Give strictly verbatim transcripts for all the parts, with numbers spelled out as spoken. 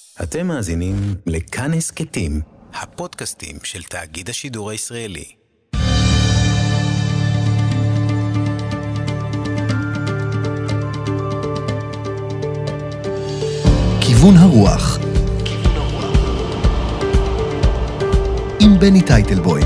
אתם מאזינים לכאן הסכתים, הפודקאסטים של תאגיד השידור הישראלי. כיוון הרוח עם בני טייטלבוים.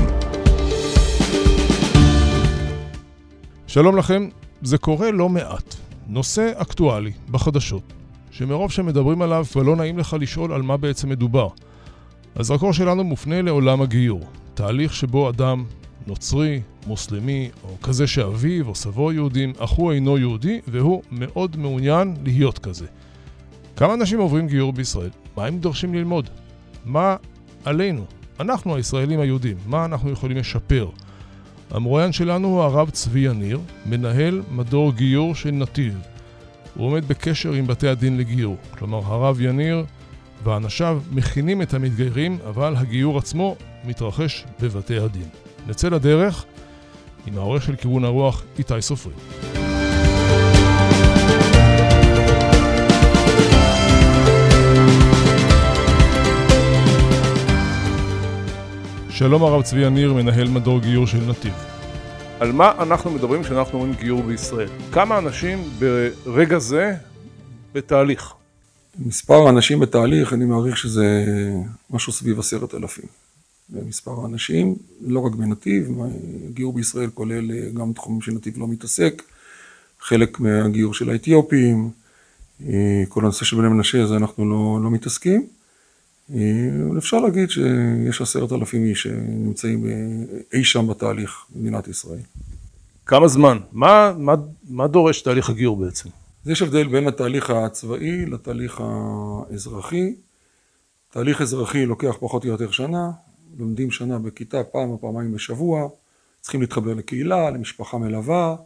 שלום לכם, זה קורה לא מעט. נושא אקטואלי בחדשות, שמרוב שמדברים עליו ולא נעים לך לשאול על מה בעצם מדובר. הזרקור שלנו מופנה לעולם הגיור, תהליך שבו אדם נוצרי, מוסלמי, או כזה שאביו או סבו יהודים, אך הוא אינו יהודי, והוא מאוד מעוניין להיות כזה. כמה אנשים עוברים גיור בישראל? מה הם דורשים ללמוד? מה עלינו? אנחנו הישראלים היהודים, מה אנחנו יכולים לשפר? המרואיין שלנו הוא הרב צבי יניר, מנהל מדור גיור של נתיב. הוא עומד בקשר עם בתי הדין לגיור. כלומר, הרב יניר ואנשיו מכינים את המתגיירים, אבל הגיור עצמו מתרחש בבתי הדין. נצא לדרך עם העורך של כיוון הרוח, איתי סופרי. שלום הרב צבי יניר, מנהל מדור גיור של נתיב. על מה אנחנו מדברים כשאנחנו אומרים גיור בישראל? כמה אנשים ברגע זה בתהליך? מספר האנשים בתהליך, אני מעריך שזה משהו סביב עשרת אלפים. מספר האנשים, לא רק בנתיב, גיור בישראל כולל גם תחומים שנתיב לא מתעסק, חלק מהגיור של האתיופים, כל הנושא של בני מנשה, זה אנחנו לא, לא מתעסקים. אפשר להגיד שיש עשרת אלפים איש שנמצאים אי שם בתהליך במדינת ישראל. כמה זמן? מה, מה, מה דורש תהליך הגיור בעצם? יש הבדל בין התהליך הצבאי לתהליך האזרחי. תהליך אזרחי לוקח פחות או יותר שנה, לומדים שנה בכיתה פעם או פעמיים בשבוע, צריכים להתחבר לקהילה, למשפחה מלווה,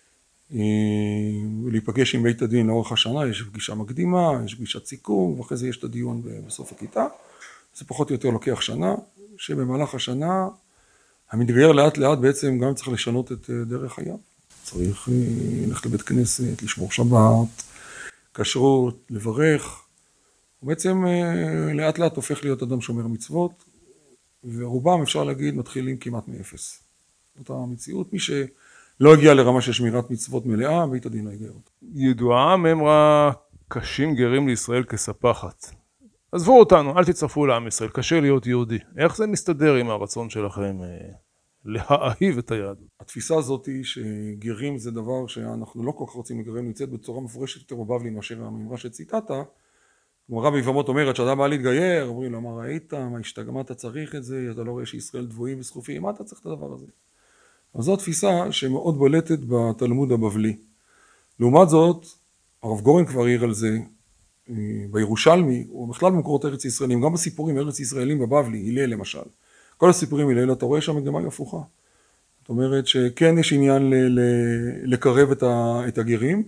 ולהיפגש עם בית הדין לאורך השנה, יש פגישה מקדימה, יש פגישת סיכום, ואחרי זה יש את הדיון בסוף הכיתה. זה פחות או יותר לוקח שנה, שבמהלך השנה המתגייר לאט לאט בעצם גם צריך לשנות את דרך חייו. צריך ללכת לבית כנסת, לשמור שבת, כשרות, לברך. הוא בעצם לאט לאט הופך להיות אדם שומר מצוות, ורובם אפשר להגיד מתחילים כמעט מאפס. זאת המציאות, מי ש... לא הגיע לרמה של שמירת מצוות מלאה, בית הדין לא הגיע אותה. ידועה ממרה קשים גרים לישראל כספחת. עזבו אותנו, אל תצטרפו לעם ישראל, קשה להיות יהודי. איך זה מסתדר עם הרצון שלכם אה, להאהיב את היהדות? התפיסה הזאת היא שגרים זה דבר שאנחנו לא כל כך רוצים לגרם, נמצאת בצורה מפורשת יותר בבבלי מאשר הממרה שציטטת. גמרא ביבמות אומרת שאדם בא להתגייר, אומרים לו, מה ראית, מה השתגע, מה אתה צריך את זה, אתה לא רואה שישראל דבויים וסחופים, מה אתה צריך את הדבר הזה? אז זו תפיסה שמאוד בולטת בתלמוד הבבלי. לעומת זאת, הרב גורן כבר העיר על זה, בירושלמי, או בכלל במקורות ארץ ישראלים, גם בסיפורים ארץ ישראלים בבבלי, הלל למשל. כל הסיפורים הלל, אתה רואה שהמגמה היא הפוכה. זאת אומרת שכן יש עניין ל- ל- לקרב את, ה- את הגרים.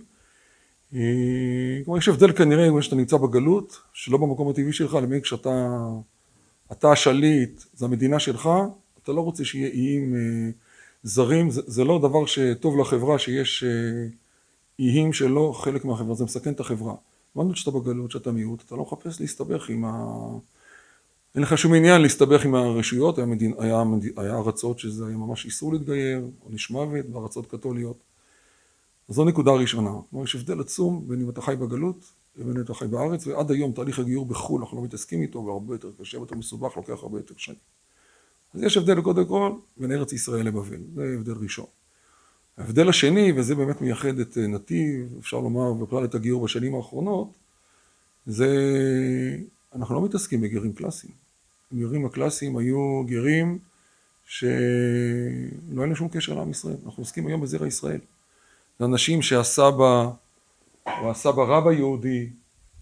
כלומר, יש הבדל כנראה אם שאתה נמצא בגלות, שלא במקום הטבעי שלך, למעט כשאתה אתה השליט, זה המדינה שלך, אתה לא רוצה שיהיה איים זרים, זה, זה לא דבר שטוב לחברה שיש איים שלא חלק מהחברה, זה מסכן את החברה. אמרנו שאתה בגלות, שאתה מיעוט, אתה לא מחפש להסתבך עם ה... אין לך שום עניין להסתבך עם הרשויות, היה, מדין, היה, היה ארצות שזה היה ממש איסור להתגייר, או נשמוות, וארצות קתוליות. אז זו נקודה ראשונה. כלומר, יש הבדל עצום בין אם אתה חי בגלות, לבין אם אתה חי בארץ, ועד היום תהליך הגיור בחו"ל, אנחנו לא מתעסקים איתו, והרבה יותר קשה, יותר מסובך, לוקח הרבה יותר שנים. אז יש הבדל קודם כל בין ארץ ישראל לבבל, זה הבדל ראשון. ההבדל השני, וזה באמת מייחד את נתיב, אפשר לומר, ובכלל את הגיור בשנים האחרונות, זה, אנחנו לא מתעסקים בגירים קלאסיים. הגירים הקלאסיים היו גירים שלא היה שום קשר לעם ישראל, אנחנו עוסקים היום בזרע ישראל. זה אנשים שהסבא, או הסבא רב היהודי,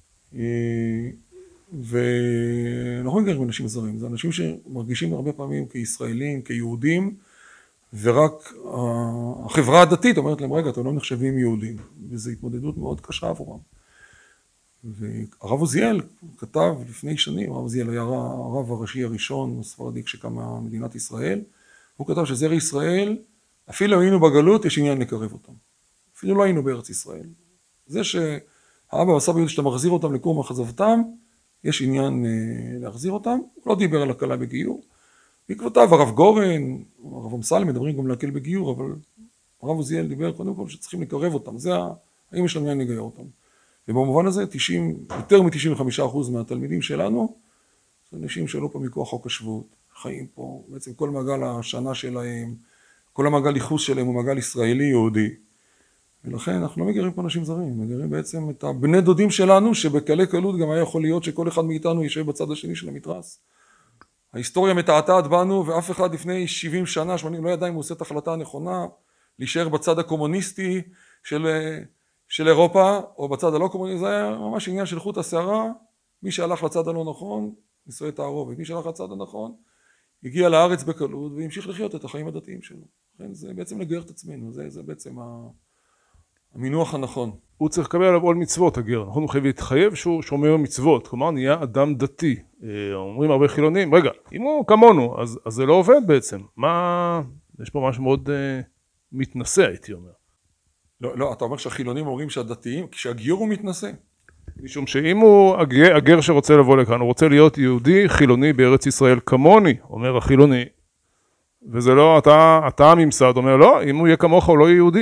ואנחנו מגרים אנשים זרים, זה אנשים שמרגישים הרבה פעמים כישראלים, כיהודים, ורק החברה הדתית אומרת להם, רגע, אתם לא נחשבים יהודים, וזו התמודדות מאוד קשה עבורם. והרב עוזיאל כתב לפני שנים, הרב עוזיאל היה הרב הראשי הראשון, הספרדי כשקמה מדינת ישראל, הוא כתב שזרע ישראל, אפילו היינו בגלות, יש עניין לקרב אותם. אפילו לא היינו בארץ ישראל. זה שהאבא והסבא יהודי שאתה מחזיר אותם לקום מחזבתם, יש עניין להחזיר אותם, הוא לא דיבר על הקלה בגיור. בעקבותיו הרב גורן, הרב אמסלם מדברים גם להקל בגיור, אבל הרב עוזיאל דיבר קודם כל שצריכים לקרב אותם, זה האם יש לנו עניין לגייר אותם. ובמובן הזה תשעים, יותר מ-תשעים וחמישה אחוז מהתלמידים שלנו, זה אנשים שעלו פה מכוח חוק השבות, חיים פה, בעצם כל מעגל השנה שלהם, כל המעגל ייחוס שלהם הוא מעגל ישראלי יהודי. ולכן אנחנו לא מגיירים פה אנשים זרים, מגיירים בעצם את הבני דודים שלנו, שבקלי קלות גם היה יכול להיות שכל אחד מאיתנו יישב בצד השני של המתרס. ההיסטוריה מתעתעת בנו, ואף אחד לפני שבעים שנה, שמונים, לא ידע אם הוא עושה את ההחלטה הנכונה, להישאר בצד הקומוניסטי של, של אירופה, או בצד הלא קומוניסטי, זה היה ממש עניין של חוט השערה, מי שהלך לצד הלא נכון, נישואי תערובת, מי שהלך לצד הנכון, הגיע לארץ בקלות, והמשיך לחיות את החיים הדתיים שלו. כן, זה בעצם לגייר את עצמנו, זה, זה בעצם ה... המינוח הנכון. הוא צריך לקבל עליו עול מצוות, הגר. נכון, הוא חייב להתחייב שהוא שומר מצוות, כלומר נהיה אדם דתי. אומרים הרבה חילונים, רגע, אם הוא כמונו, אז, אז זה לא עובד בעצם. מה... יש פה משהו מאוד uh, מתנשא, הייתי אומר. לא, לא, אתה אומר שהחילונים אומרים שהדתיים, כשהגיור הוא מתנשא. משום שאם הוא הגר, הגר שרוצה לבוא לכאן, הוא רוצה להיות יהודי חילוני בארץ ישראל כמוני, אומר החילוני. וזה לא, אתה, אתה הממסד, אומר, לא, אם הוא יהיה כמוך הוא לא יהיה יהודי.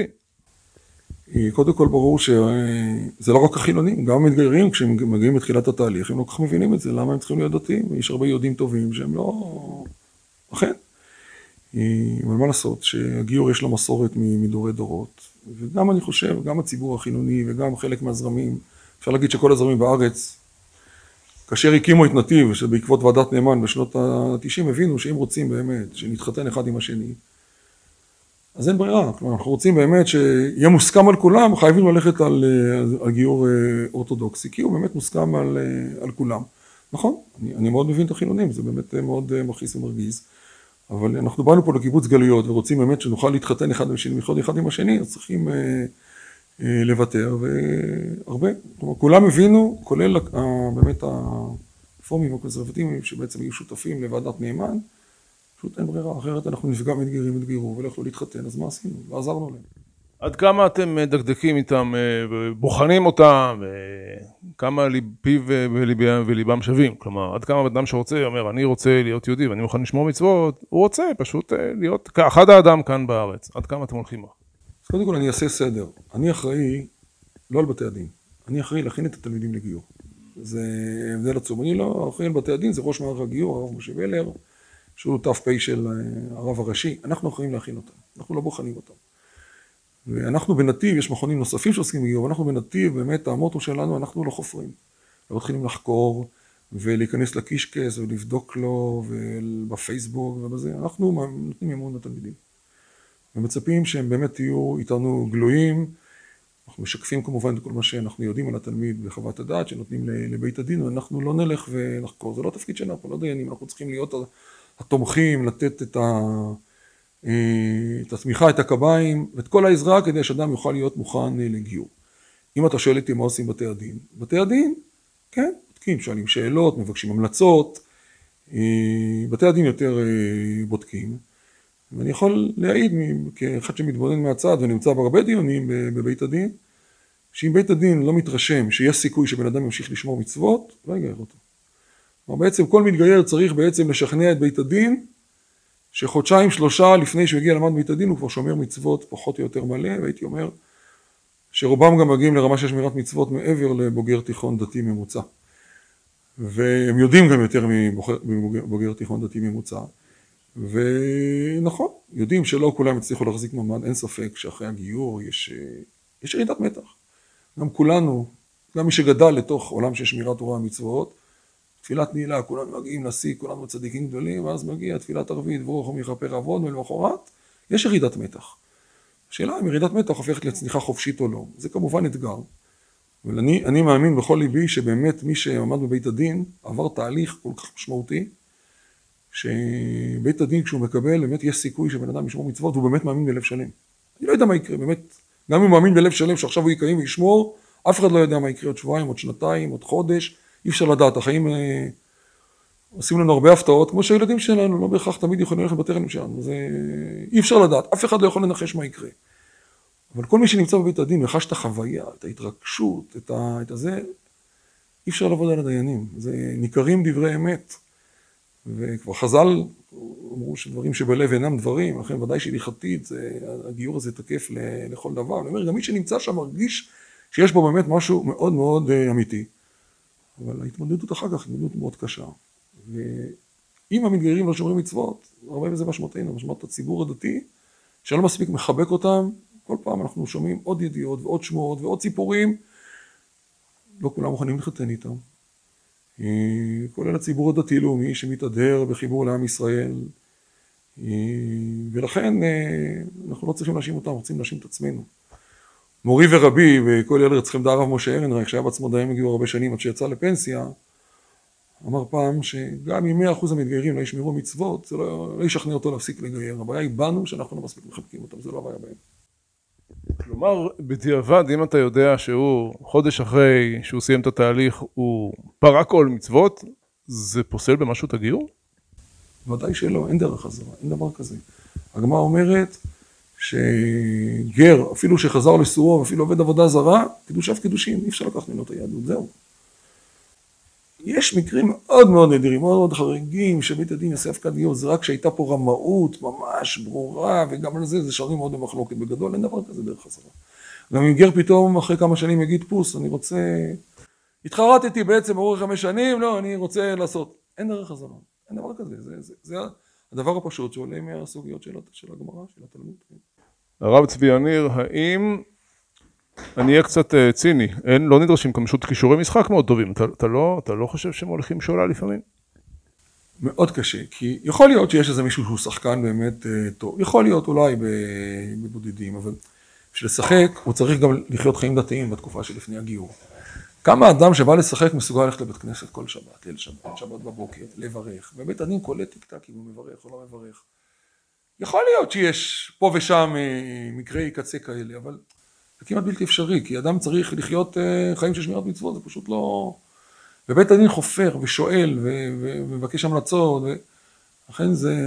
קודם כל ברור שזה לא רק החילונים, גם המתגיירים כשהם מגיעים בתחילת התהליך, הם לא כך מבינים את זה, למה הם צריכים להיות דתיים? יש הרבה יהודים טובים שהם לא... אכן. אבל מה לעשות, שהגיור יש לו מסורת מדורי דורות, וגם אני חושב, גם הציבור החילוני וגם חלק מהזרמים, אפשר להגיד שכל הזרמים בארץ, כאשר הקימו את נתיב, שבעקבות ועדת נאמן בשנות ה-תשעים, הבינו שאם רוצים באמת שנתחתן אחד עם השני, אז אין ברירה, כלומר, אנחנו רוצים באמת שיהיה מוסכם על כולם, חייבים ללכת על, על, על גיור אורתודוקסי, כי הוא באמת מוסכם על, על כולם. נכון, אני, אני מאוד מבין את החילונים, זה באמת מאוד מכעיס ומרגיז, אבל אנחנו באנו פה לקיבוץ גלויות, ורוצים באמת שנוכל להתחתן אחד עם השני, לחיות אחד עם השני, אז צריכים אה, אה, לוותר, והרבה, כלומר, כולם הבינו, כולל אה, באמת הפורמים הקונסרבטיביים, שבעצם היו שותפים לוועדת נאמן, פשוט אין ברירה, אחרת אנחנו נפגע מתגיירים מתגיירו ולא יכלו להתחתן, אז מה עשינו? ועזרנו להם. עד כמה אתם דקדקים איתם, בוחנים אותם, כמה פיו וליבם שווים? כלומר, עד כמה אדם שרוצה, אומר, אני רוצה להיות יהודי ואני מוכן לשמור מצוות, הוא רוצה פשוט להיות כאחד האדם כאן בארץ. עד כמה אתם הולכים בה? אז קודם כל אני אעשה סדר. אני אחראי לא על בתי הדין, אני אחראי להכין את התלמידים לגיור. זה הבדל עצום. אני לא אחראי על בתי הדין, זה ראש מערך הגיור, הרב משה ולר, שהוא ת"פ של הרב הראשי, אנחנו יכולים להכין אותם, אנחנו לא בוחנים אותם. ואנחנו בנתיב, יש מכונים נוספים שעוסקים בגיור, ואנחנו בנתיב, באמת המוטו שלנו, אנחנו לא חופרים. לא מתחילים לחקור ולהיכנס לקישקס ולבדוק לו ובפייסבוק ובזה, אנחנו נותנים אמון לתלמידים. ומצפים שהם באמת יהיו איתנו גלויים, אנחנו משקפים כמובן את כל מה שאנחנו יודעים על התלמיד בחוות הדעת, שנותנים לבית הדין, ואנחנו לא נלך ונחקור, זה לא התפקיד שלנו, אנחנו לא דיינים, אנחנו צריכים להיות התומכים, לתת את, ה, את התמיכה, את הקביים, ואת כל העזרה כדי שאדם יוכל להיות מוכן לגיור. אם אתה שואל אותי מה עושים בתי הדין, בתי הדין, כן, בודקים, שואלים שאלות, מבקשים המלצות, בתי הדין יותר בודקים, ואני יכול להעיד כאחד שמתבונן מהצד ונמצא בהרבה דיונים בבית הדין, שאם בית הדין לא מתרשם שיש סיכוי שבן אדם ימשיך לשמור מצוות, לא יגייר אותו. כלומר, בעצם כל מתגייר צריך בעצם לשכנע את בית הדין, שחודשיים שלושה לפני שהוא הגיע למד בית הדין, הוא כבר שומר מצוות פחות או יותר מלא, והייתי אומר שרובם גם מגיעים לרמה של שמירת מצוות מעבר לבוגר תיכון דתי ממוצע. והם יודעים גם יותר מבוגר תיכון דתי ממוצע. ונכון, יודעים שלא כולם הצליחו להחזיק מעמד, אין ספק שאחרי הגיור יש, יש ירידת מתח. גם כולנו, גם מי שגדל לתוך עולם של שמירת תורה ומצוות, תפילת נעילה, כולנו מגיעים לשיא, כולנו צדיקים גדולים, ואז מגיע תפילת ערבית, ברוך הוא יכפר עוון, ולמחרת יש ירידת מתח. השאלה אם ירידת מתח הופכת לצניחה חופשית או לא, זה כמובן אתגר. אבל אני, אני מאמין בכל ליבי שבאמת מי שעמד בבית הדין עבר תהליך כל כך משמעותי, שבית הדין כשהוא מקבל, באמת יש סיכוי שבן אדם ישמור מצוות, והוא באמת מאמין בלב שלם. אני לא יודע מה יקרה, באמת, גם אם הוא מאמין בלב שלם שעכשיו הוא יקיים וישמור, אף אחד לא יודע מה יקרה עוד שבועיים, עוד שנתיים, עוד חודש, אי אפשר לדעת, החיים אה, עושים לנו הרבה הפתעות, כמו שהילדים שלנו לא בהכרח תמיד יכולים ללכת בטרנים שלנו, זה אי אפשר לדעת, אף אחד לא יכול לנחש מה יקרה. אבל כל מי שנמצא בבית הדין, וחש את החוויה, את ההתרגשות, את, ה, את הזה, אי אפשר לעבוד על הדיינים, זה ניכרים דברי אמת, וכבר חז"ל אמרו שדברים שבלב אינם דברים, לכן ודאי שהלכתית, הגיור הזה תקף לכל דבר, אני אומר, גם מי שנמצא שם מרגיש שיש בו באמת משהו מאוד מאוד אמיתי, אבל ההתמודדות אחר כך היא התמודדות מאוד קשה, ואם המתגיירים לא שומרים מצוות, הרבה בזה משמעותנו, משמעות הציבור הדתי, שלא מספיק מחבק אותם, כל פעם אנחנו שומעים עוד ידיעות ועוד שמועות ועוד ציפורים, לא כולם מוכנים לחתן איתם. כולל הציבור הדתי-לאומי שמתהדר בחיבור לעם ישראל, ולכן אנחנו לא צריכים להאשים אותם, רוצים להאשים את עצמנו. מורי ורבי, וכל ילד צריכים דעה הרב משה ארנרייך, שהיה בעצמו דיין מגיור הרבה שנים עד שיצא לפנסיה, אמר פעם שגם אם מאה אחוז המתגיירים לא ישמרו מצוות, זה לא, לא ישכנע אותו להפסיק לגייר. הבעיה היא בנו שאנחנו לא מספיק מחבקים אותם, זה לא הבעיה בהם. כלומר, בדיעבד, אם אתה יודע שהוא חודש אחרי שהוא סיים את התהליך, הוא פרק כל מצוות, זה פוסל במשהו את הגיור? ודאי שלא, אין דרך חזרה, אין דבר כזה. הגמרא אומרת שגר, אפילו שחזר לסורו, אפילו עובד עבודה זרה, קידושיו קידושים, אי אפשר לקחת ממנו את היהדות, זהו. יש מקרים מאוד מאוד נדירים, מאוד מאוד חריגים, שבית הדין יעשה הפקת גיור, זה רק שהייתה פה רמאות ממש ברורה, וגם על זה זה שרים מאוד במחלוקת בגדול, אין דבר כזה דרך חזרה. גם אם גר פתאום אחרי כמה שנים יגיד פוס, אני רוצה, התחרטתי בעצם אורך חמש שנים, לא, אני רוצה לעשות, אין דרך חזרה, אין דבר כזה, זה, זה, זה הדבר הפשוט שעולה מהסוגיות של, של הגמרא, של התלמוד. הרב צבי יניר, האם אני אהיה קצת ציני, אין, לא נדרשים כמשות כישורי משחק מאוד טובים, אתה, אתה, לא, אתה לא חושב שהם הולכים שעולה לפעמים? מאוד קשה, כי יכול להיות שיש איזה מישהו שהוא שחקן באמת טוב, יכול להיות אולי בבודדים, אבל בשביל לשחק הוא צריך גם לחיות חיים דתיים בתקופה שלפני הגיור. כמה אדם שבא לשחק מסוגל ללכת לבית כנסת כל שבת, ליל שבת, שבת בבוקר, לברך, ובית הדין קולט טק-טק אם הוא מברך או לא מברך. יכול להיות שיש פה ושם מקרי קצה כאלה, אבל זה כמעט בלתי אפשרי, כי אדם צריך לחיות חיים של שמירת מצוות, זה פשוט לא... ובית הדין חופר ושואל ומבקש המלצות, ולכן זה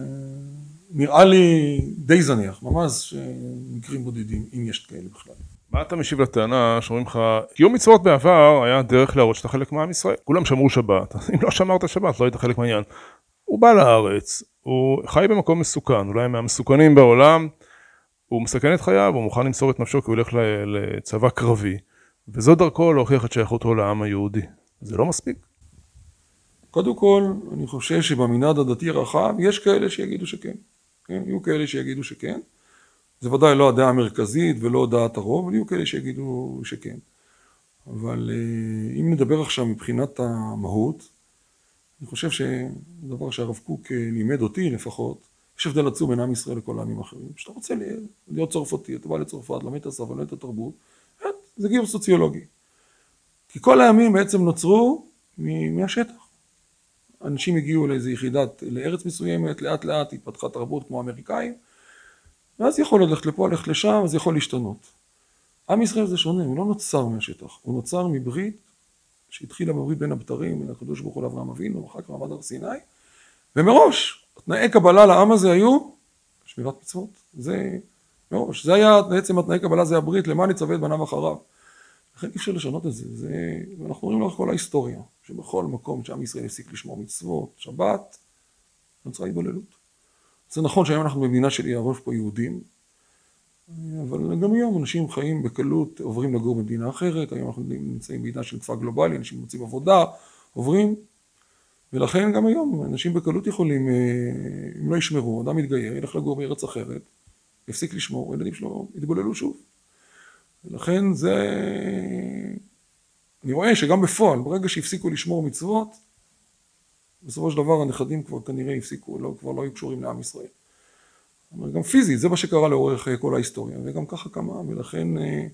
נראה לי די זניח, ממש מקרים בודדים, אם יש כאלה בכלל. מה אתה משיב לטענה שאומרים לך, קיום מצוות בעבר היה דרך להראות שאתה חלק מעם ישראל. כולם שמרו שבת, אם לא שמרת שבת לא היית חלק מהעניין. הוא בא לארץ, הוא חי במקום מסוכן, אולי מהמסוכנים בעולם, הוא מסכן את חייו, הוא מוכן למסור את נפשו כי הוא הולך לצבא קרבי, וזו דרכו להוכיח את שייכותו לעם היהודי. זה לא מספיק? קודם כל, אני חושב שבמנעד הדתי הרחב, יש כאלה שיגידו שכן. כן? יהיו כאלה שיגידו שכן. זה ודאי לא הדעה המרכזית ולא דעת הרוב, אבל יהיו כאלה שיגידו שכן. אבל אם נדבר עכשיו מבחינת המהות, אני חושב שדבר שהרב קוק לימד אותי לפחות, יש הבדל עצום בין עם ישראל לכל העמים האחרים. כשאתה רוצה להיות צרפתי, אתה בא לצרפת, למד את השפה, למד את התרבות, זה גיור סוציולוגי. כי כל העמים בעצם נוצרו מהשטח. אנשים הגיעו לאיזו יחידת, לארץ מסוימת, לאט לאט התפתחה תרבות כמו האמריקאים, ואז יכול ללכת לפה, ללכת לשם, אז יכול להשתנות. עם ישראל זה שונה, הוא לא נוצר מהשטח, הוא נוצר מברית, שהתחילה בברית בין הבתרים, בין הקדוש ברוך הוא לאברהם אבינו, ואחר כך מעמד הר סיני, ומראש, תנאי קבלה לעם הזה היו שמירת מצוות. זה מראש, זה היה בעצם התנאי קבלה, זה הברית, למען יצווה את בניו אחריו. לכן אי אפשר לשנות את זה, זה, ואנחנו רואים לאורך כל ההיסטוריה, שבכל מקום שעם ישראל הפסיק לשמור מצוות, שבת, נוצרה התבוללות. זה נכון שהיום אנחנו במדינה שלי, הרוב פה יהודים, אבל גם היום אנשים חיים בקלות, עוברים לגור במדינה אחרת, היום אנחנו נמצאים במדינה של כפר גלובלי, אנשים מוצאים עבודה, עוברים, ולכן גם היום אנשים בקלות יכולים, אם לא ישמרו, אדם מתגייר, ילך לגור בארץ אחרת, יפסיק לשמור, הילדים שלו יתבוללו שוב. ולכן זה, אני רואה שגם בפועל, ברגע שהפסיקו לשמור מצוות, בסופו של דבר הנכדים כבר כנראה הפסיקו, לא, כבר לא היו קשורים לעם ישראל. אבל גם פיזית, זה מה שקרה לאורך כל ההיסטוריה, וגם ככה כמה, ולכן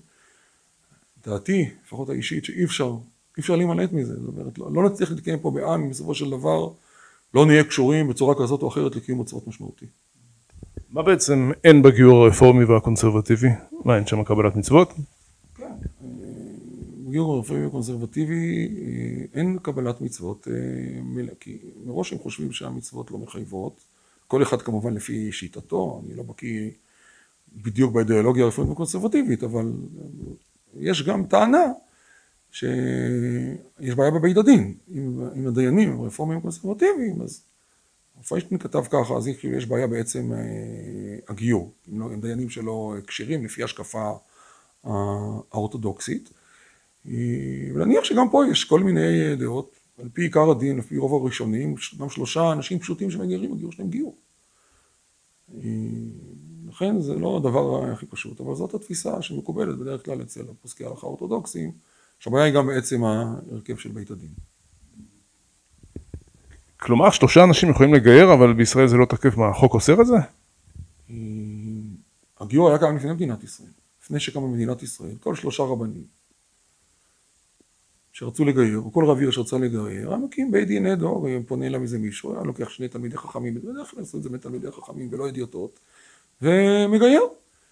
דעתי, לפחות האישית, שאי אפשר, אי אפשר להימלט מזה, זאת אומרת, לא, לא נצליח להתקיים פה בעם, אם בסופו של דבר לא נהיה קשורים בצורה כזאת או אחרת לקיום מצוות משמעותי. מה בעצם אין בגיור הרפורמי והקונסרבטיבי? מה, אין שם קבלת מצוות? כן, בגיור הרפורמי והקונסרבטיבי אין קבלת מצוות, כי מראש הם חושבים שהמצוות לא מחייבות, כל אחד כמובן לפי שיטתו, אני לא בקיא בדיוק באידיאולוגיה הרפורמית והקונסרבטיבית, אבל יש גם טענה שיש בעיה בבית הדין, עם, עם הדיינים, עם הרפורמים הקונסרבטיביים, אז פיינשטיין כתב ככה, אז כאילו יש בעיה בעצם הגיור, עם דיינים שלא קשירים לפי השקפה האורתודוקסית. ולהניח שגם פה יש כל מיני דעות, על פי עיקר הדין, על פי רוב הראשונים, גם שלושה אנשים פשוטים שמגיירים, הגיור שלהם גיור. לכן זה לא הדבר הכי פשוט, אבל זאת התפיסה שמקובלת בדרך כלל אצל פוסקי ההלכה האורתודוקסיים, שהבעיה היא גם בעצם ההרכב של בית הדין. כלומר, שלושה אנשים יכולים לגייר, אבל בישראל זה לא תקף. מה, החוק אוסר את זה? הגיור היה קיים לפני מדינת ישראל. לפני שקמה מדינת ישראל, כל שלושה רבנים שרצו לגייר, או כל רב עיר שרצה לגייר, היה מקים בית דין עדו, פונה אליו איזה מישהו, היה לוקח שני תלמידי חכמים, בדרך כלל עשו את זה מתלמידי חכמים ולא הדיוטות, ומגייר.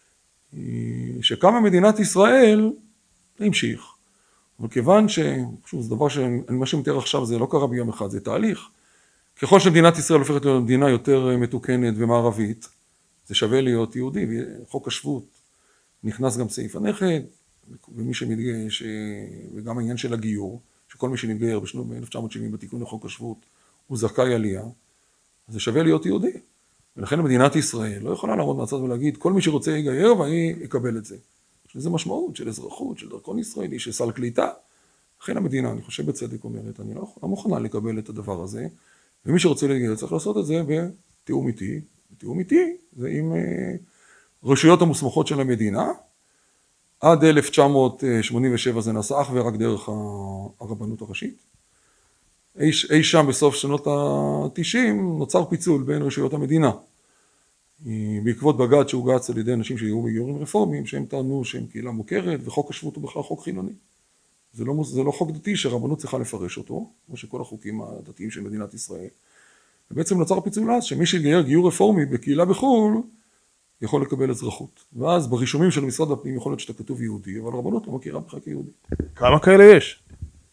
שקמה מדינת ישראל, זה המשיך. אבל כיוון ש... שוב, זה דבר שאני מה שמתאר עכשיו, זה לא קרה ביום אחד, זה תהליך. ככל שמדינת ישראל הופכת להיות מדינה יותר מתוקנת ומערבית, זה שווה להיות יהודי, וחוק השבות נכנס גם סעיף הנכד, ומי שמתגייר, ש... וגם העניין של הגיור, שכל מי שנתגייר בשנות ב-אלף תשע מאות שבעים בתיקון לחוק השבות, הוא זכאי עלייה, אז זה שווה להיות יהודי. ולכן מדינת ישראל לא יכולה לעמוד מהצד ולהגיד, כל מי שרוצה יגייר ואני אקבל את זה. יש לזה משמעות של אזרחות, של דרכון ישראלי, של סל קליטה. לכן המדינה, אני חושב בצדק אומרת, אני לא, לא מוכנה לקבל את הדבר הזה, ומי שרוצה להגיע צריך לעשות את זה בתיאום איתי. בתיאום איתי זה עם אה, רשויות המוסמכות של המדינה. עד אלף תשע מאות שמונים ושבע זה נעשה אך ורק דרך הרבנות הראשית. אי, אי שם בסוף שנות ה-תשעים נוצר פיצול בין רשויות המדינה. בעקבות בג"ץ שהוגש על ידי אנשים שהיו בגיורים רפורמיים, שהם טענו שהם קהילה מוכרת, וחוק השבות הוא בכלל חוק חילוני. זה לא, זה לא חוק דתי שרבנות צריכה לפרש אותו, כמו שכל החוקים הדתיים של מדינת ישראל. ובעצם נוצר פיצול אז, שמי שהתגייר גיור רפורמי בקהילה בחו"ל, יכול לקבל אזרחות. ואז ברישומים של משרד הפנים יכול להיות שאתה כתוב יהודי, אבל רבנות לא מכירה בך כיהודי. כמה כאלה יש?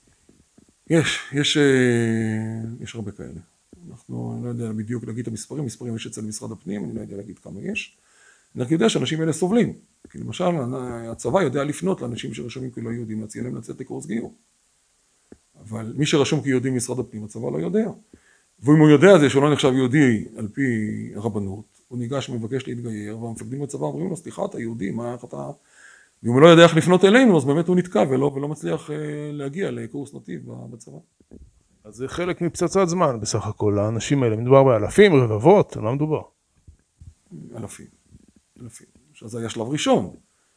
יש, יש, יש הרבה כאלה. אנחנו, אני לא יודע בדיוק להגיד את המספרים, מספרים יש אצל משרד הפנים, אני לא יודע להגיד כמה יש. אני רק יודע שאנשים האלה סובלים. כי למשל, הצבא יודע לפנות לאנשים שרשומים כלא יהודים, להציע להם לצאת לקורס גיור. אבל מי שרשום כיהודי משרד הפנים, הצבא לא יודע. ואם הוא יודע זה שהוא לא נחשב יהודי על פי הרבנות, הוא ניגש ומבקש להתגייר, והמפקדים בצבא אומרים לו, סליחה, אתה יהודי, מה, איך אתה... ואם הוא לא יודע איך לפנות אלינו, אז באמת הוא נתקע ולא, ולא מצליח להגיע לקורס נתיב בצבא. אז זה חלק מפצצת זמן בסך הכל, האנשים האלה, מדובר באלפים, רבבות, על מה מדובר? אלפים, אלפים. עכשיו זה היה שלב ראשון.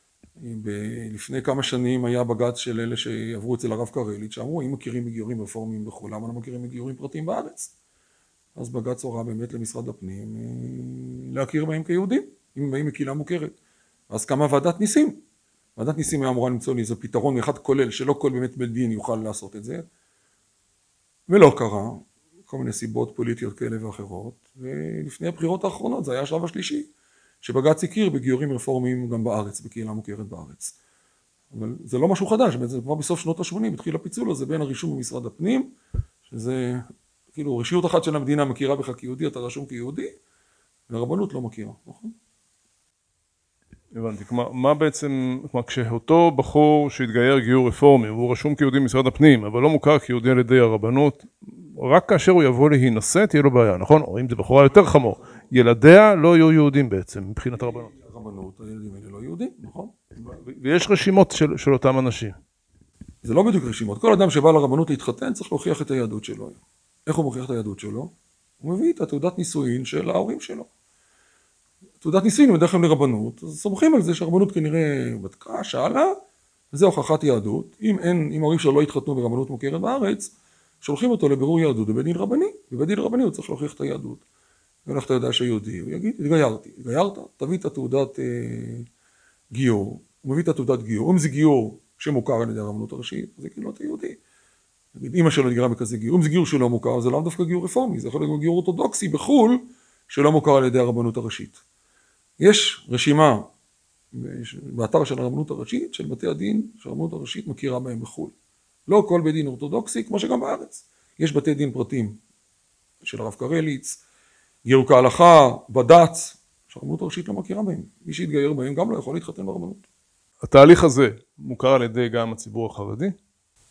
לפני כמה שנים היה בג"ץ של אלה שעברו אצל הרב קרליץ, שאמרו, אם מכירים בגיורים רפורמיים בחו"ל, למה לא מכירים בגיורים פרטיים בארץ? אז בג"ץ הורה באמת למשרד הפנים להכיר בהם כיהודים, אם הם באים מקהילה מוכרת. אז קמה ועדת ניסים. ועדת ניסים היה אמורה למצוא לי איזה פתרון אחד כולל, שלא כל באמת בית דין יוכל לעשות את זה. ולא קרה, כל מיני סיבות פוליטיות כאלה ואחרות, ולפני הבחירות האחרונות זה היה השלב השלישי, שבג"ץ הכיר בגיורים רפורמיים גם בארץ, בקהילה מוכרת בארץ. אבל זה לא משהו חדש, זה כבר בסוף שנות ה-שמונים, התחיל הפיצול הזה בין הרישום במשרד הפנים, שזה כאילו רשות אחת של המדינה מכירה בך כיהודי, אתה רשום כיהודי, והרבנות לא מכירה, נכון? הבנתי, כלומר, מה בעצם, כלומר, כשאותו בחור שהתגייר גיור רפורמי, הוא רשום כיהודי במשרד הפנים, אבל לא מוכר כיהודי על ידי הרבנות, רק כאשר הוא יבוא להינשא, תהיה לו בעיה, נכון? או אם זה בחורה יותר חמור, ילדיה לא יהיו יהודים בעצם, מבחינת הרבנות. הרבנות, הילדים האלה לא יהודים, נכון? ויש רשימות של, של אותם אנשים. זה לא בדיוק רשימות, כל אדם שבא לרבנות להתחתן צריך להוכיח את היהדות שלו. איך הוא מוכיח את היהדות שלו? הוא מביא את התעודת נישואין של ההורים שלו. תעודת נישואין בדרך כלל לרבנות, אז סומכים על זה שהרבנות כנראה בדקה, שאלה, וזה הוכחת יהדות. אם אין, אם ההורים שלו לא התחתנו ברבנות מוכרת בארץ, שולחים אותו לבירור יהדות בבית דין רבני. בבית דין רבני הוא צריך להוכיח את היהדות. ואיך אתה יודע שיהודי? הוא יגיד, התגיירתי. התגיירת? תביא את התעודת אה, גיור. הוא מביא את התעודת גיור. אם זה גיור שמוכר על ידי הרבנות הראשית, זה כאילו אתה יהודי. נגיד, אמא שלו התגיירה בכזה גיור. אם זה גיור שלא מוכר, זה לא דווקא גיור רפורמי. זה יכול להיות גיור אורתודוקסי בחו"ל, שלא מוכר על ידי הרבנות הראשית. יש רשימה באתר של הרבנות הראשית, של בתי הדין שהרבנות הראשית מכירה בהם בחו"ל. לא כל בית דין אורתודוקסי, כמו שגם בארץ. יש בתי דין פרטיים של הרב קרליץ, גיור כהלכה, בד"ץ, שהרבנות הראשית לא מכירה בהם. מי שהתגייר בהם גם לא יכול להתחתן ברבנות. התהליך הזה מוכר על ידי גם הציבור החרדי?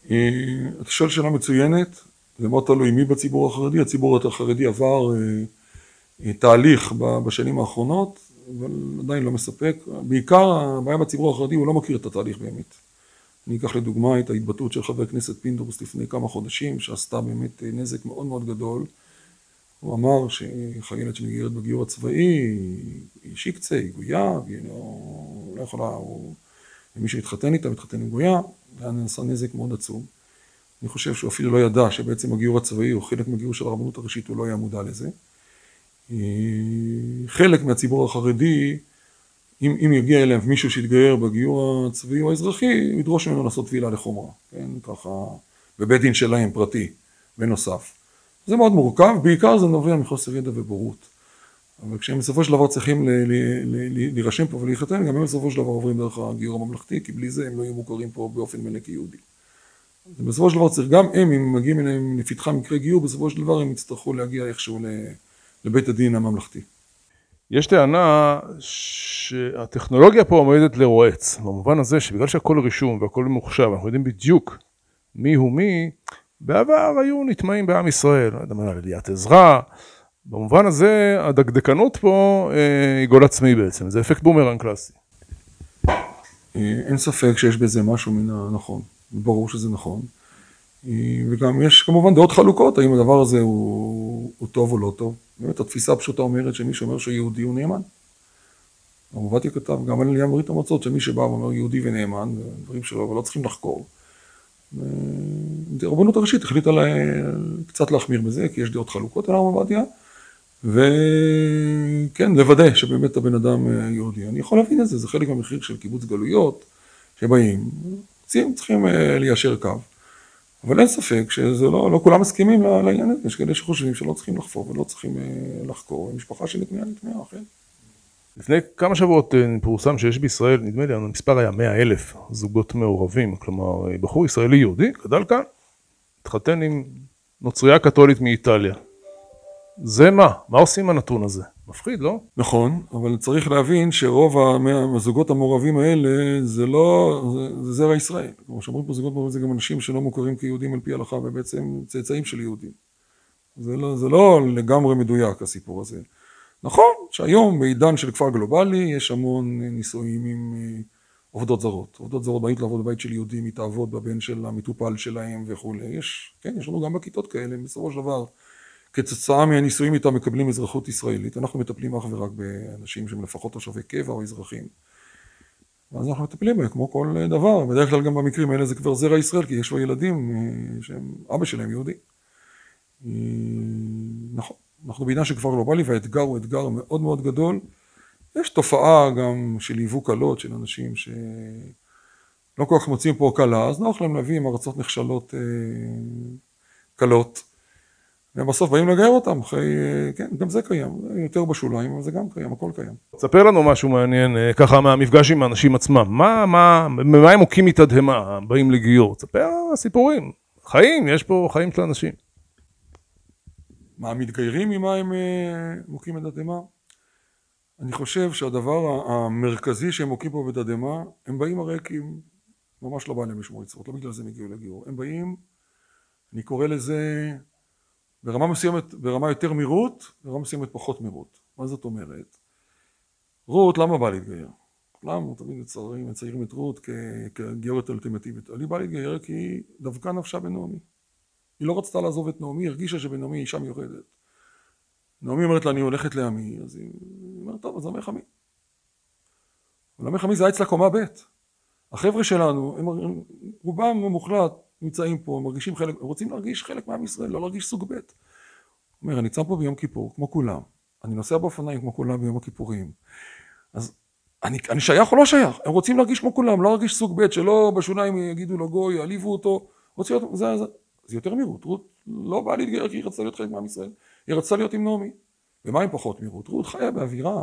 אתה שואל שאלה מצוינת, זה מאוד תלוי מי בציבור החרדי, הציבור החרדי עבר תהליך בשנים האחרונות, אבל עדיין לא מספק. בעיקר הבעיה בציבור החרדי, הוא לא מכיר את התהליך באמת. אני אקח לדוגמה את ההתבטאות של חבר הכנסת פינדרוס לפני כמה חודשים, שעשתה באמת נזק מאוד מאוד גדול. הוא אמר שחיילת שמתגיירת בגיור הצבאי, היא שיקצה, היא גויה, היא לא, לא יכולה, הוא, ומי שהתחתן איתה, מתחתן עם גויה, היה נעשה נזק מאוד עצום. אני חושב שהוא אפילו לא ידע שבעצם הגיור הצבאי הוא חלק מהגיור של הרבנות הראשית, הוא לא היה מודע לזה. חלק מהציבור החרדי, אם, אם יגיע אליהם מישהו שיתגייר בגיור הצבאי או האזרחי, הוא ידרוש ממנו לעשות טבילה לחומרה, כן, ככה, בבית דין שלהם, פרטי, בנוסף. זה מאוד מורכב, בעיקר זה נובע מחוסר ידע ובורות. אבל כשהם בסופו של דבר צריכים להירשם פה ולהתחתן, גם הם בסופו של דבר עוברים דרך הגיור הממלכתי, כי בלי זה הם לא יהיו מוכרים פה באופן מלא כיהודי. בסופו של דבר צריך, גם הם, אם מגיעים אליהם לפתחם מקרה גיור, בסופו של דבר הם יצטרכו להגיע איכשהו לבית הדין הממלכתי. יש טענה שהטכנולוגיה פה עומדת לרועץ, במובן הזה שבגלל שהכל רישום והכל ממוחשב, אנחנו יודעים בדיוק מי הוא מי, בעבר היו נטמעים בעם ישראל, לא יודע מה, עליית עזרא, במובן הזה הדקדקנות פה אה, היא גול עצמי בעצם, זה אפקט בומרנג קלאסי. אין ספק שיש בזה משהו מן הנכון, ברור שזה נכון, וגם יש כמובן דעות חלוקות, האם הדבר הזה הוא, הוא טוב או לא טוב. באמת התפיסה הפשוטה אומרת שמי שאומר שיהודי הוא נאמן. הרב עובדיה כתב גם על עלייה מברית המועצות, שמי שבא ואומר יהודי ונאמן, דברים שלו, ולא צריכים לחקור. הרבנות הראשית החליטה לה, קצת להחמיר בזה, כי יש דעות חלוקות על הרב עובדיה, וכן, לוודא שבאמת הבן אדם יהודי. אני יכול להבין את זה, זה חלק מהמחיר של קיבוץ גלויות, שבאים, צריכים ליישר קו. אבל אין ספק שזה לא, לא כולם מסכימים לעניין הזה, יש כאלה שחושבים שלא צריכים לחפור ולא צריכים לחקור, משפחה שנתמיה נתמיה, אחרת. לפני כמה שבועות פורסם שיש בישראל, נדמה לי, המספר היה מאה אלף זוגות מעורבים, כלומר, בחור ישראלי יהודי, גדל כאן, התחתן עם נוצריה קתולית מאיטליה. זה מה? מה עושים הנתון הזה? מפחיד, לא? נכון, אבל צריך להבין שרוב הזוגות המעורבים האלה, זה לא, זה, זה זרע ישראל. כמו שאומרים פה זוגות מעורבים, זה גם אנשים שלא מוכרים כיהודים על פי הלכה, ובעצם צאצאים של יהודים. זה לא, זה לא לגמרי מדויק, הסיפור הזה. נכון, שהיום בעידן של כפר גלובלי, יש המון נישואים עם עובדות זרות. עובדות זרות באים לעבוד בבית של יהודים, מתעבוד בבן של המטופל שלהם וכו'. יש, כן, יש לנו גם בכיתות כאלה, בסופו של דבר, כתוצאה מהנישואים איתם מקבלים אזרחות ישראלית. אנחנו מטפלים אך ורק באנשים שהם לפחות תושבי קבע או אזרחים. ואז אנחנו מטפלים בהם כמו כל דבר. בדרך כלל גם במקרים האלה זה כבר זרע ישראל, כי יש לו ילדים שהם אבא שלהם יהודי. נכון, אנחנו בעידן של כפר גלובלי, והאתגר הוא אתגר מאוד מאוד גדול. יש תופעה גם של ייבוא קלות של אנשים שלא כל כך מוצאים פה קלה, אז נוח להם להביא עם ארצות נחשלות קלות. ובסוף באים לגייר אותם, אחרי, כן, גם זה קיים, יותר בשוליים, אבל זה גם קיים, הכל קיים. תספר לנו משהו מעניין, ככה מהמפגש עם האנשים עצמם, מה, מה, מה הם מוקים מתדהמה, באים לגיור, תספר סיפורים, חיים, יש פה חיים של אנשים. מה, מתגיירים ממה הם מוקים מתדהמה? אני חושב שהדבר המרכזי שהם מוקים פה בתדהמה, הם באים הרי כי הם ממש לא באים להם לשמור מצוות, לא בגלל זה הם הגיעו לגיור, הם באים, אני קורא לזה, ברמה מסוימת, ברמה יותר מרות, ברמה מסוימת פחות מרות. מה זאת אומרת? רות, למה בא להתגייר? למה? תמיד מציירים, מציירים את רות כגיורת אלטימטיבית. אני בא להתגייר כי היא דווקא נפשה בנעמי. היא לא רצתה לעזוב את נעמי, היא הרגישה שבנעמי היא אישה מיוחדת. נעמי אומרת לה, אני הולכת לעמי, אז היא אומרת, טוב, אז עמך עמי. אבל עמך עמי זה היה אצלה קומה ב'. החבר'ה שלנו, הם, רובם מוחלט, נמצאים פה, מרגישים חלק, רוצים להרגיש חלק מעם ישראל, לא להרגיש סוג ב'. הוא אומר, אני נמצא פה ביום כיפור, כמו כולם. אני נוסע באופניים כמו כולם ביום הכיפורים. אז אני, אני שייך או לא שייך? הם רוצים להרגיש כמו כולם, לא להרגיש סוג ב', שלא בשוליים יגידו לו גוי, יעליבו אותו. רוצים להיות, זה, זה, זה יותר מרות. רות לא באה להתגייר כי היא רצתה להיות חלק מעם ישראל. היא רצתה להיות עם נעמי. ומה עם פחות מרות? רות חיה באווירה,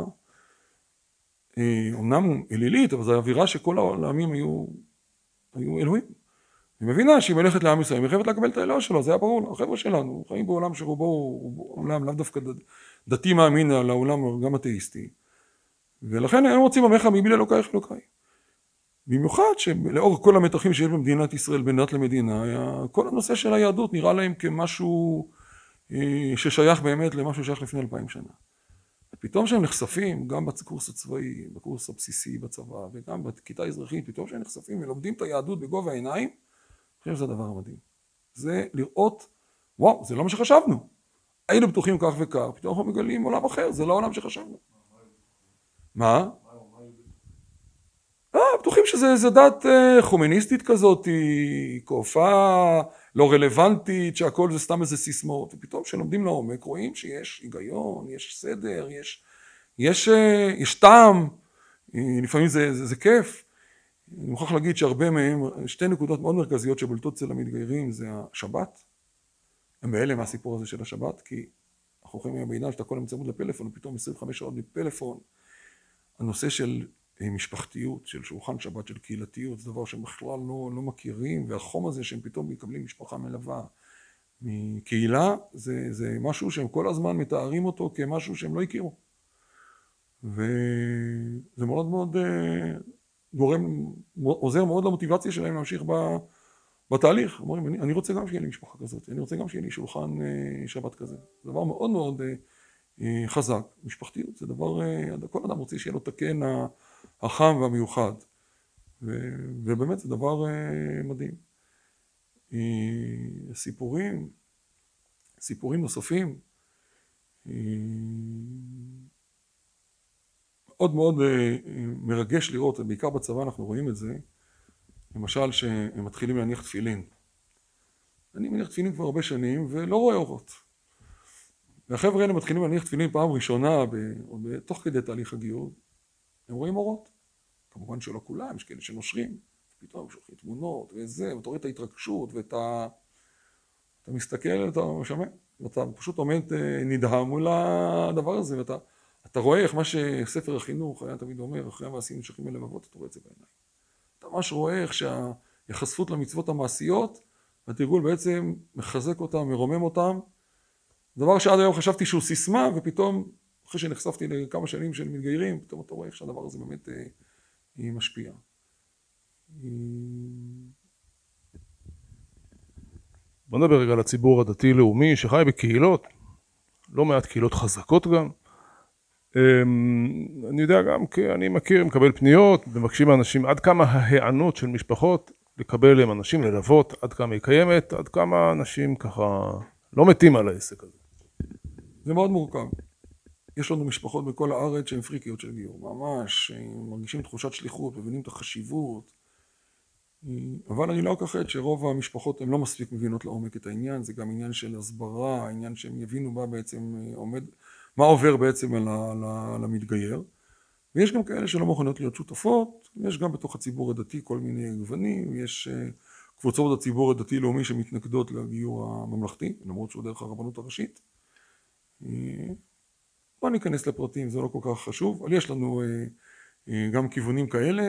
אומנם אלילית, אבל זו אווירה שכל העמים היו, היו אלוהים. היא מבינה שהיא מלכת לעם ישראל, היא חייבת לקבל את האלוה שלו, זה היה ברור לה, החבר'ה שלנו, חיים בעולם שרובו הוא עולם לאו דווקא דתי מאמין לעולם גם אתאיסטי, ולכן הם רוצים עמך עמי בלי אלוקייך אלוקי. במיוחד שלאור כל המתחים שיש במדינת ישראל בין דת למדינה, כל הנושא של היהדות נראה להם כמשהו ששייך באמת למשהו ששייך לפני אלפיים שנה. פתאום שהם נחשפים, גם בקורס הצבאי, בקורס הבסיסי בצבא, וגם בכיתה האזרחית, פתאום שהם נחשפים ולומדים את היהדות בגובה העיניים, אני חושב שזה הדבר המדהים. זה לראות, וואו, זה לא מה שחשבנו. היינו בטוחים כך וכך, פתאום אנחנו מגלים עולם אחר, זה לא העולם שחשבנו. מה? אה, בטוחים שזה דת חומניסטית כזאת, כופה, לא רלוונטית, שהכל זה סתם איזה סיסמאות. ופתאום כשלומדים לעומק, רואים שיש היגיון, יש סדר, יש, יש, יש טעם, לפעמים זה, זה, זה כיף. אני מוכרח להגיד שהרבה מהם, שתי נקודות מאוד מרכזיות שבולטות אצל המתגיירים, זה השבת. הם באלה מהסיפור הזה של השבת, כי אנחנו יכולים היום בעידן שאתה כל היום צמוד לפלאפון, ופתאום עשרים וחמש שעות בפלאפון. הנושא של משפחתיות, של שולחן שבת, של קהילתיות, זה דבר שהם בכלל לא, לא מכירים, והחום הזה שהם פתאום מקבלים משפחה מלווה מקהילה, זה, זה משהו שהם כל הזמן מתארים אותו כמשהו שהם לא הכירו. וזה מאוד מאוד גורם, עוזר מאוד למוטיבציה שלהם להמשיך בתהליך. אומרים, אני, אני רוצה גם שיהיה לי משפחה כזאת, אני רוצה גם שיהיה לי שולחן שבת כזה. זה דבר מאוד מאוד חזק. משפחתיות זה דבר, כל אדם רוצה שיהיה לו תקן החם והמיוחד. ובאמת זה דבר מדהים. סיפורים, סיפורים נוספים, מאוד מאוד מרגש לראות, בעיקר בצבא אנחנו רואים את זה, למשל שהם מתחילים להניח תפילין. אני מניח תפילין כבר הרבה שנים ולא רואה אורות. והחבר'ה האלה מתחילים להניח תפילין פעם ראשונה, או תוך כדי תהליך הגיור, הם רואים אורות. כמובן שלא כולם, יש כאלה שנושרים, פתאום שולחים תמונות וזה, ואתה רואה את ההתרגשות, ואתה אתה מסתכל, אתה משמע, ואתה פשוט עומד נדהם מול הדבר הזה, ואתה אתה רואה איך מה שספר החינוך היה תמיד אומר, אחרי המעשים נמשכים ללבבות, אתה רואה את זה בעיניים. אתה ממש רואה איך שהיחשפות למצוות המעשיות, והתרגול בעצם מחזק אותם, מרומם אותם, דבר שעד היום חשבתי שהוא סיסמה, ופתאום, אחרי שנחשפתי לכמה שנים של מתגיירים, פתאום אתה רואה איך שהדבר הזה באמת אה, היא משפיע. בוא נדבר רגע על הציבור הדתי-לאומי שחי בקהילות, לא מעט קהילות חזקות גם. אני יודע גם כי אני מכיר, מקבל פניות, מבקשים מאנשים עד כמה ההיענות של משפחות לקבל עם אנשים, ללוות, עד כמה היא קיימת, עד כמה אנשים ככה לא מתים על העסק הזה. זה מאוד מורכב. יש לנו משפחות בכל הארץ שהן פריקיות של גיור, ממש, מרגישים תחושת שליחות, מבינים את החשיבות, אבל אני לא אכחד שרוב המשפחות הן לא מספיק מבינות לעומק את העניין, זה גם עניין של הסברה, העניין שהם יבינו מה בעצם עומד, מה עובר בעצם על המתגייר, ויש גם כאלה שלא מוכנות להיות שותפות, יש גם בתוך הציבור הדתי כל מיני גוונים, יש קבוצות בציבור הדתי-לאומי שמתנגדות לגיור הממלכתי, למרות שהוא דרך הרבנות הראשית. לא ניכנס לפרטים, זה לא כל כך חשוב, אבל יש לנו גם כיוונים כאלה.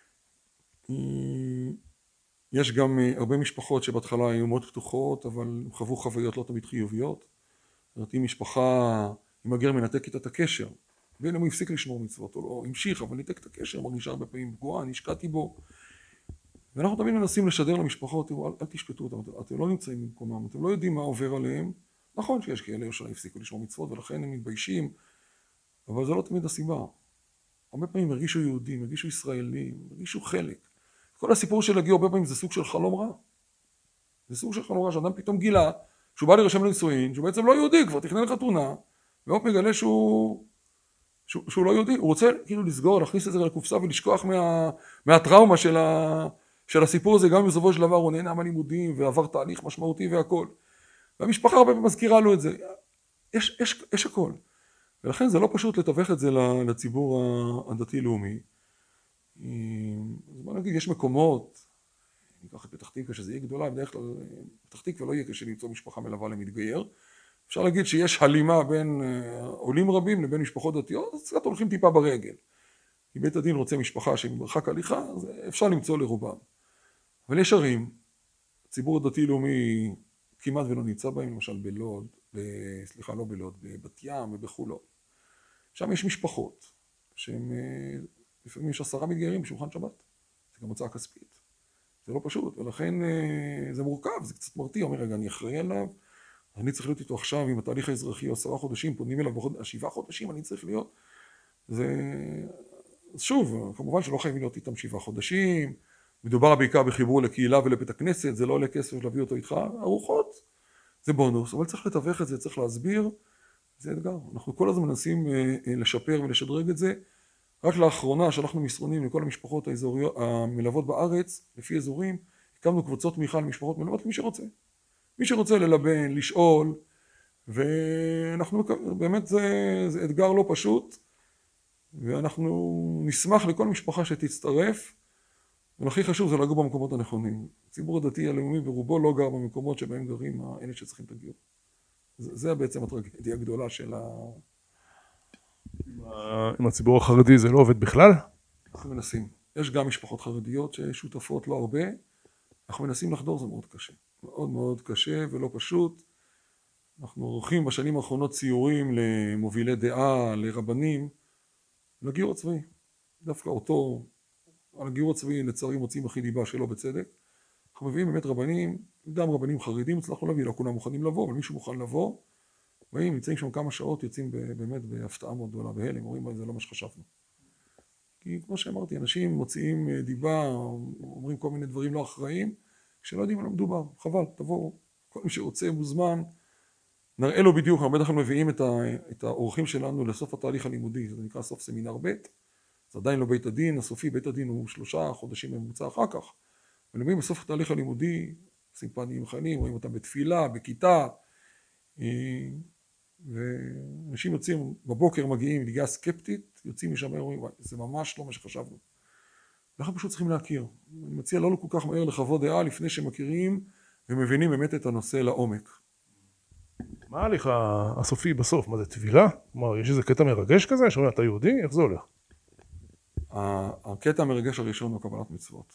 יש גם הרבה משפחות שבהתחלה היו מאוד פתוחות, אבל חוו חוויות לא תמיד חיוביות. זאת אומרת, אם משפחה, אם הגר מנתק איתה את הקשר, בין אם הוא הפסיק לשמור מצוות או לא, המשיך, אבל ניתק את הקשר, מרגישה הרבה פעמים פגועה, נשקעתי בו. ואנחנו תמיד מנסים לשדר למשפחות, תראו, אל, אל תשפטו אותם, אתם לא נמצאים במקומם, אתם לא יודעים מה עובר עליהם. נכון שיש כאלה שלא הפסיקו לשמור מצוות, ולכן הם מתביישים, אבל זה לא תמיד הסיבה. הרבה פעמים הרגישו יהודים, הרגישו ישראלים, הרגישו חלק. כל הסיפור של הגיור, הרבה פעמים זה סוג של חלום רע. זה סוג של חלום רע, שאדם פתאום גילה, שהוא בא להירשם לנישואין, שהוא בעצם לא יהודי, כבר תכנן חתונה, ועוד מגלה שהוא, שהוא, שהוא לא יהודי. הוא רוצה כאילו לסגור, להכניס את זה לקופסה ולשכוח מה, מהטראומה של, ה, של הסיפור הזה, גם בסופו של דבר הוא נהנה מהלימודים, ועבר תהליך משמעותי והכל. והמשפחה הרבה פעמים מזכירה לו את זה. יש, יש, יש הכל. ולכן זה לא פשוט לתווך את זה לציבור הדתי-לאומי. אז בוא נגיד, יש מקומות, ניקח את פתח תקווה שזה יהיה גדולה, בדרך כלל פתח תקווה לא יהיה קשה למצוא משפחה מלווה למתגייר. אפשר להגיד שיש הלימה בין עולים רבים לבין משפחות דתיות, אז קצת הולכים טיפה ברגל. אם בית הדין רוצה משפחה שמרחק הליכה, אז אפשר למצוא לרובם. אבל יש ערים, הציבור הדתי-לאומי כמעט ולא נמצא בהם, למשל בלוד, ב... סליחה, לא בלוד, בבת ים ובחולון. שם יש משפחות, שהם, לפעמים יש עשרה מתגיירים בשולחן שבת. זה זה גם הוצאה כספית. זה לא פשוט, ולכן זה מורכב, זה קצת מרתיע, אומר, רגע, אני אחראי עליו, אני צריך להיות איתו עכשיו עם התהליך האזרחי, או עשרה חודשים, פונים אליו בחוד... שבעה חודשים, אני צריך להיות. זה... אז שוב, כמובן שלא חייבים להיות איתם שבעה חודשים, מדובר בעיקר בחיבור לקהילה ולבית הכנסת, זה לא עולה כסף להביא אותו איתך, ארוחות, זה בונוס, אבל צריך לתווך את זה, צריך להסביר, זה אתגר. אנחנו כל הזמן מנסים לשפר ולשדרג את זה. רק לאחרונה שלחנו מסרונים לכל המשפחות האזוריות, המלוות בארץ, לפי אזורים, הקמנו קבוצות תמיכה למשפחות מלוות למי שרוצה. מי שרוצה ללבן, לשאול, ואנחנו, באמת זה, זה אתגר לא פשוט, ואנחנו נשמח לכל משפחה שתצטרף, והכי חשוב זה לגור במקומות הנכונים. הציבור הדתי הלאומי ברובו לא גר במקומות שבהם גרים האלה שצריכים את הגיור. זה, זה בעצם הטרגדיה הגדולה של ה... עם הציבור החרדי זה לא עובד בכלל? אנחנו מנסים. יש גם משפחות חרדיות ששותפות לא הרבה, אנחנו מנסים לחדור, זה מאוד קשה. מאוד מאוד קשה ולא פשוט. אנחנו עורכים בשנים האחרונות ציורים למובילי דעה, לרבנים, לגיור הצבאי. דווקא אותו, על הגיור הצבאי לצערי מוצאים הכי דיבה שלא בצדק. אנחנו מביאים באמת רבנים, גם רבנים חרדים, הצלחנו להביא, לא כולם מוכנים לבוא, אבל מישהו מוכן לבוא, באים, נמצאים שם כמה שעות, יוצאים באמת בהפתעה מאוד גדולה בהלם, אומרים, זה לא מה שחשבנו. כי כמו שאמרתי, אנשים מוציאים דיבה, אומרים כל מיני דברים לא אחראיים, כשלא יודעים על מה מדובר, חבל, תבואו, כל מי שרוצה מוזמן, נראה לו בדיוק, הרבה אנחנו מביאים את, ה, את האורחים שלנו לסוף התהליך הלימודי, זה נקרא סוף סמינר ב', זה עדיין לא בית הדין, הסופי, בית הדין הוא שלושה חודשים ממוצע אחר כך, ולמדים בסוף התהליך הלימודי, סימפניים חיילים, רואים אותם בתפילה, בכיתה, ואנשים יוצאים בבוקר מגיעים נגיעה סקפטית, יוצאים משם ואומרים, זה ממש לא מה שחשבנו. אנחנו פשוט צריכים להכיר. אני מציע לא כל כך מהר לחוות דעה לפני שמכירים ומבינים באמת את הנושא לעומק. מה ההליך הסופי בסוף? מה זה, טבילה? כלומר, יש איזה קטע מרגש כזה? שאומרים, אתה יהודי? איך זה הולך? הקטע המרגש הראשון הוא קבלת מצוות.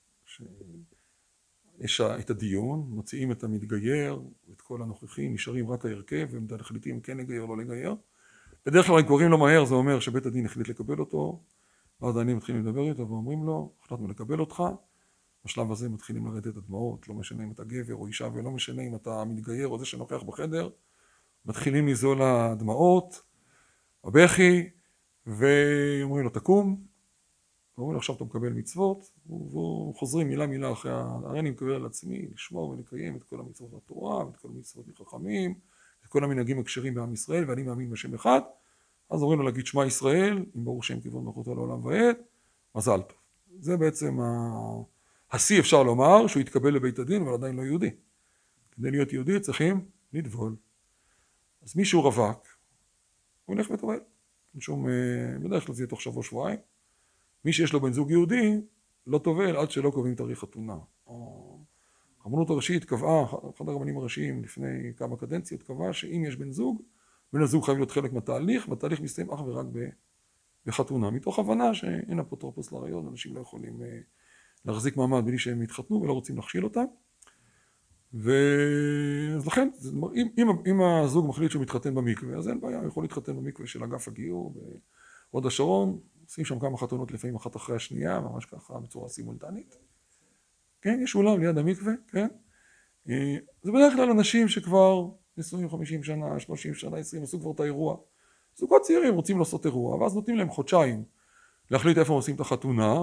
יש את הדיון, מוציאים את המתגייר, את כל הנוכחים, נשארים רק ההרכב, והם מחליטים כן לגייר או לא לגייר. בדרך כלל קוראים לו מהר, זה אומר שבית הדין החליט לקבל אותו, ואז הדיינים מתחילים לדבר איתו ואומרים לו, החלטנו לקבל אותך, בשלב הזה מתחילים לרדת הדמעות, לא משנה אם אתה גבר או אישה, ולא משנה אם אתה מתגייר או זה שנוכח בחדר, מתחילים לזול הדמעות, הבכי, ואומרים לו תקום, ואומרים לו עכשיו אתה מקבל מצוות, וחוזרים מילה מילה אחרי, הרי אני מקבל על עצמי לשמור ולקיים את כל המצוות בתורה, ואת כל המצוות מחכמים, את כל המנהגים הכשרים בעם ישראל, ואני מאמין בשם אחד, אז אומרים לו להגיד שמע ישראל, אם ברוך שם כבוד מלכותו לעולם ועד, מזל טוב. זה בעצם השיא אפשר לומר, שהוא יתקבל לבית הדין, אבל עדיין לא יהודי. כדי להיות יהודי צריכים לטבול. אז מישהו רווק, הוא הולך וטובל. משום, בדרך כלל זה יהיה תוך שבוע שבועיים. מי שיש לו בן זוג יהודי, לא טובל עד שלא קובעים תאריך חתונה. הרבנות הראשית קבעה, אחד הרבנים הראשיים לפני כמה קדנציות קבעה, שאם יש בן זוג, בן הזוג חייב להיות חלק מהתהליך, והתהליך מסתיים אך ורק בחתונה. מתוך הבנה שאין אפוטרופוס להריון, אנשים לא יכולים להחזיק מעמד בלי שהם יתחתנו ולא רוצים להכשיל אותם. אז לכן, אם, אם, אם הזוג מחליט שהוא מתחתן במקווה, אז אין בעיה, הוא יכול להתחתן במקווה של אגף הגיור בהוד השרון, עושים שם כמה חתונות לפעמים אחת אחרי השנייה, ממש ככה בצורה סימולטנית. כן, יש אולם ליד המקווה, כן. זה בדרך כלל אנשים שכבר עשרים חמישים שנה, שלושים שנה, עשרים, עשו כבר את האירוע. זוגות צעירים רוצים לעשות אירוע, ואז נותנים להם חודשיים להחליט איפה הם עושים את החתונה,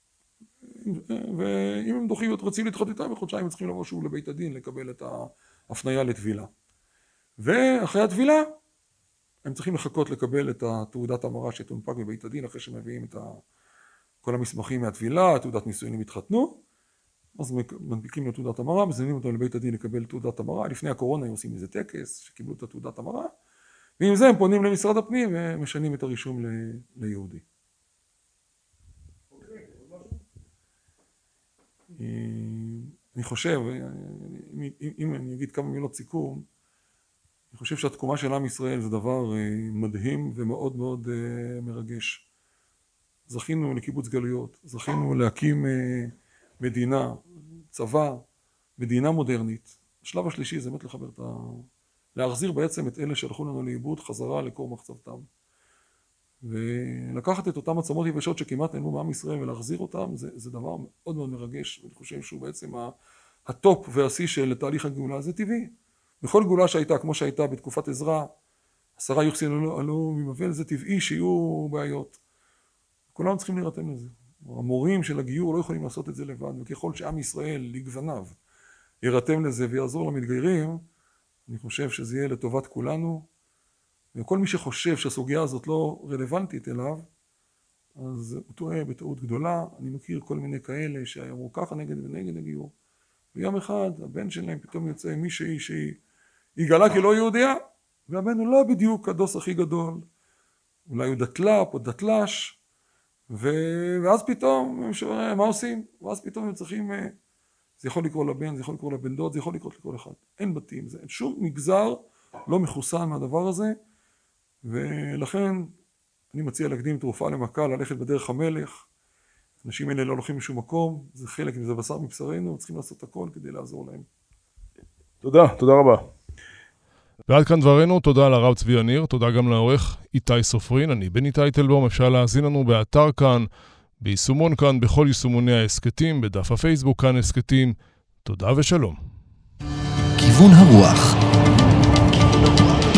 ואם הם דוחים ורוצים לדחות איתם, בחודשיים הם צריכים לבוא שוב לבית הדין לקבל את ההפניה לטבילה. ואחרי הטבילה, הם צריכים לחכות לקבל את תעודת המרה שתונפק בבית הדין, אחרי שמביאים את כל המסמכים מהטבילה, תעודת נישואין הם התחתנו, אז מנפיקים לתעודת המרה, מזמינים אותם לבית הדין לקבל תעודת המרה. לפני הקורונה הם עושים איזה טקס שקיבלו את תעודת המרה, ועם זה הם פונים למשרד הפנים ומשנים את הרישום ליהודי. אני חושב, אם אני אגיד כמה מילות סיכום, אני חושב שהתקומה של עם ישראל זה דבר מדהים ומאוד מאוד מרגש. זכינו לקיבוץ גלויות, זכינו להקים מדינה, צבא, מדינה מודרנית. השלב השלישי זה באמת לחבר את ה... להחזיר בעצם את אלה שהלכו לנו לאיבוד חזרה לקור מחצבתם. ולקחת את אותם עצמות יבשות שכמעט נעלמו מעם ישראל ולהחזיר אותם, זה, זה דבר מאוד מאוד מרגש, ואני חושב שהוא בעצם הטופ והשיא של תהליך הגאולה, זה טבעי. בכל גאולה שהייתה, כמו שהייתה בתקופת עזרא, עשרה יוחסין עלו, עלו מבבל, זה טבעי שיהיו בעיות. כולם צריכים להירתם לזה. המורים של הגיור לא יכולים לעשות את זה לבד, וככל שעם ישראל לגווניו יירתם לזה ויעזור למתגיירים, אני חושב שזה יהיה לטובת כולנו, וכל מי שחושב שהסוגיה הזאת לא רלוונטית אליו, אז הוא טועה בטעות גדולה. אני מכיר כל מיני כאלה שאמרו ככה נגד ונגד הגיור, ויום אחד הבן שלהם פתאום יוצא מישהי שהיא גלה כי לא יהודיה, והבן הוא לא בדיוק הדוס הכי גדול, אולי הוא דתל"פ או דתל"ש, ו... ואז פתאום הם שואלים, מה עושים? ואז פתאום הם צריכים, זה יכול לקרוא לבן, זה יכול לקרוא לבן דוד, זה יכול לקרוא לכל אחד. אין בתים, זה אין שום מגזר לא מחוסן מהדבר הזה, ולכן אני מציע להקדים תרופה למכה, ללכת בדרך המלך. אנשים האלה לא הולכים משום מקום, זה חלק מזה בשר מבשרנו, צריכים לעשות הכל כדי לעזור להם. תודה, תודה רבה. ועד כאן דברנו, תודה לרב צבי יניר, תודה גם לעורך איתי סופרין, אני בני טייטלבום, אפשר להאזין לנו באתר כאן, ביישומון כאן, בכל יישומוני העסקתים, בדף הפייסבוק כאן עסקתים, תודה ושלום. כיוון הרוח. כיוון הרוח.